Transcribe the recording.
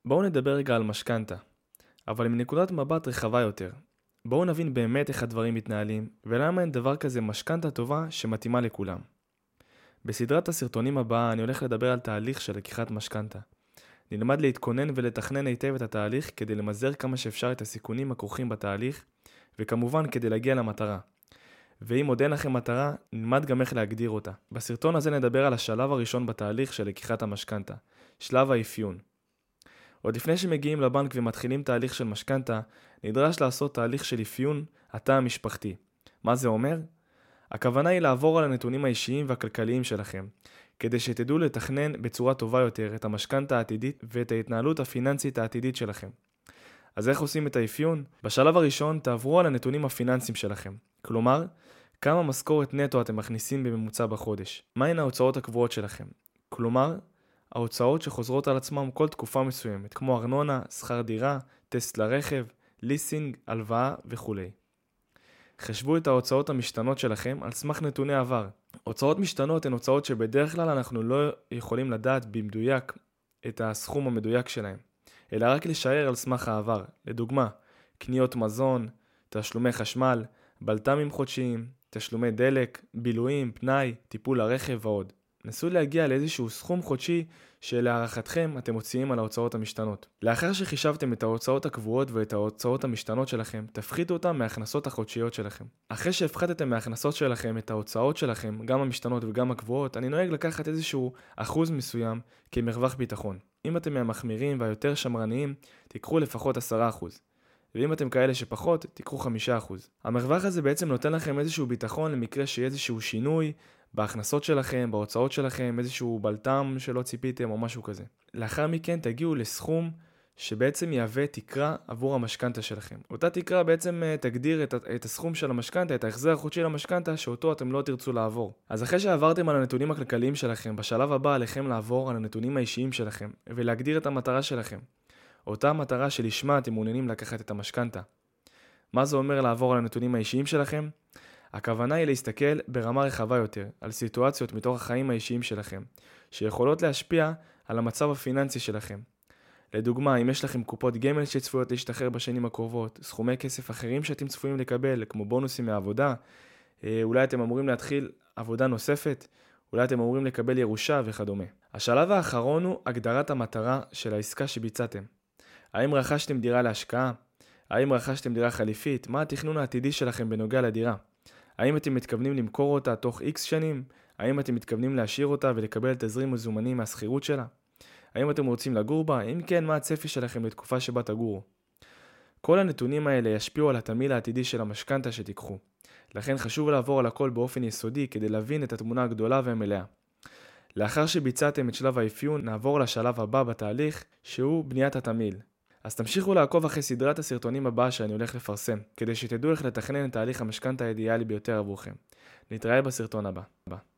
בואו נדבר רגע על משכנתה, אבל עם נקודת מבט רחבה יותר. בואו נבין באמת איך הדברים מתנהלים, ולמה אין דבר כזה משכנתה טובה שמתאימה לכולם. בסדרת הסרטונים הבאה אני הולך לדבר על תהליך של לקיחת משכנתה. נלמד להתכונן ולתכנן היטב את התהליך כדי למזער כמה שאפשר את הסיכונים הכרוכים בתהליך, וכמובן כדי להגיע למטרה. ואם עוד אין לכם מטרה, נלמד גם איך להגדיר אותה. בסרטון הזה נדבר על השלב הראשון בתהליך של לקיחת המשכנתה, שלב האפיון. עוד לפני שמגיעים לבנק ומתחילים תהליך של משכנתה, נדרש לעשות תהליך של אפיון התא המשפחתי. מה זה אומר? הכוונה היא לעבור על הנתונים האישיים והכלכליים שלכם, כדי שתדעו לתכנן בצורה טובה יותר את המשכנתה העתידית ואת ההתנהלות הפיננסית העתידית שלכם. אז איך עושים את האפיון? בשלב הראשון תעברו על הנתונים הפיננסיים שלכם. כלומר, כמה משכורת נטו אתם מכניסים בממוצע בחודש. מהן ההוצאות הקבועות שלכם? כלומר, ההוצאות שחוזרות על עצמם כל תקופה מסוימת, כמו ארנונה, שכר דירה, טסט לרכב, ליסינג, הלוואה וכו'. חשבו את ההוצאות המשתנות שלכם על סמך נתוני עבר. הוצאות משתנות הן הוצאות שבדרך כלל אנחנו לא יכולים לדעת במדויק את הסכום המדויק שלהם, אלא רק לשער על סמך העבר. לדוגמה, קניות מזון, תשלומי חשמל, בלת"מים חודשיים, תשלומי דלק, בילויים, פנאי, טיפול הרכב ועוד. נסו להגיע לאיזשהו סכום חודשי שלהערכתכם אתם מוציאים על ההוצאות המשתנות. לאחר שחישבתם את ההוצאות הקבועות ואת ההוצאות המשתנות שלכם, תפחיתו אותם מההכנסות החודשיות שלכם. אחרי שהפחתתם מההכנסות שלכם את ההוצאות שלכם, גם המשתנות וגם הקבועות, אני נוהג לקחת איזשהו אחוז מסוים כמרווח ביטחון. אם אתם מהמחמירים והיותר שמרניים, תיקחו לפחות 10%. ואם אתם כאלה שפחות, תיקחו 5%. המרווח הזה בעצם נותן לכם איזשהו ביטחון למקרה שיהיה איזשהו שינוי בהכנסות שלכם, בהוצאות שלכם, איזשהו בלטם שלא ציפיתם או משהו כזה. לאחר מכן תגיעו לסכום שבעצם יהווה תקרה עבור המשכנתה שלכם. אותה תקרה בעצם תגדיר את הסכום של המשכנתה, את ההחזר החודשי למשכנתה שאותו אתם לא תרצו לעבור. אז אחרי שעברתם על הנתונים הכלכליים שלכם, בשלב הבא עליכם לעבור על הנתונים האישיים שלכם ולהגדיר את המטרה שלכם. אותה מטרה שלשמה אתם מעוניינים לקחת את המשכנתה. מה זה אומר לעבור על הנתונים האישיים שלכם? הכוונה היא להסתכל ברמה רחבה יותר על סיטואציות מתוך החיים האישיים שלכם, שיכולות להשפיע על המצב הפיננסי שלכם. לדוגמה, אם יש לכם קופות גמל שצפויות להשתחרר בשנים הקרובות, סכומי כסף אחרים שאתם צפויים לקבל, כמו בונוסים מהעבודה, אולי אתם אמורים להתחיל עבודה נוספת, אולי אתם אמורים לקבל ירושה וכדומה. השלב האחרון הוא הגדרת המטרה של העסקה שביצעתם. האם רכשתם דירה להשקעה? האם רכשתם דירה חליפית? מה התכנון העתידי שלכם בנוגע לדירה? האם אתם מתכוונים למכור אותה תוך X שנים? האם אתם מתכוונים להשאיר אותה ולקבל תזרים מזומנים מהשכירות שלה? האם אתם רוצים לגור בה? אם כן, מה הצפי שלכם לתקופה שבה תגורו? כל הנתונים האלה ישפיעו על התמהיל העתידי של המשכנתה שתיקחו. לכן חשוב לעבור על הכל באופן יסודי כדי להבין את התמונה הגדולה והמלאה. לאחר שביצעתם את שלב האפיון, נעבור לשלב הבא בתהליך, שהוא בניית התמהיל. אז תמשיכו לעקוב אחרי סדרת הסרטונים הבאה שאני הולך לפרסם, כדי שתדעו איך לתכנן את תהליך המשכנתה האידיאלי ביותר עבורכם. נתראה בסרטון הבא.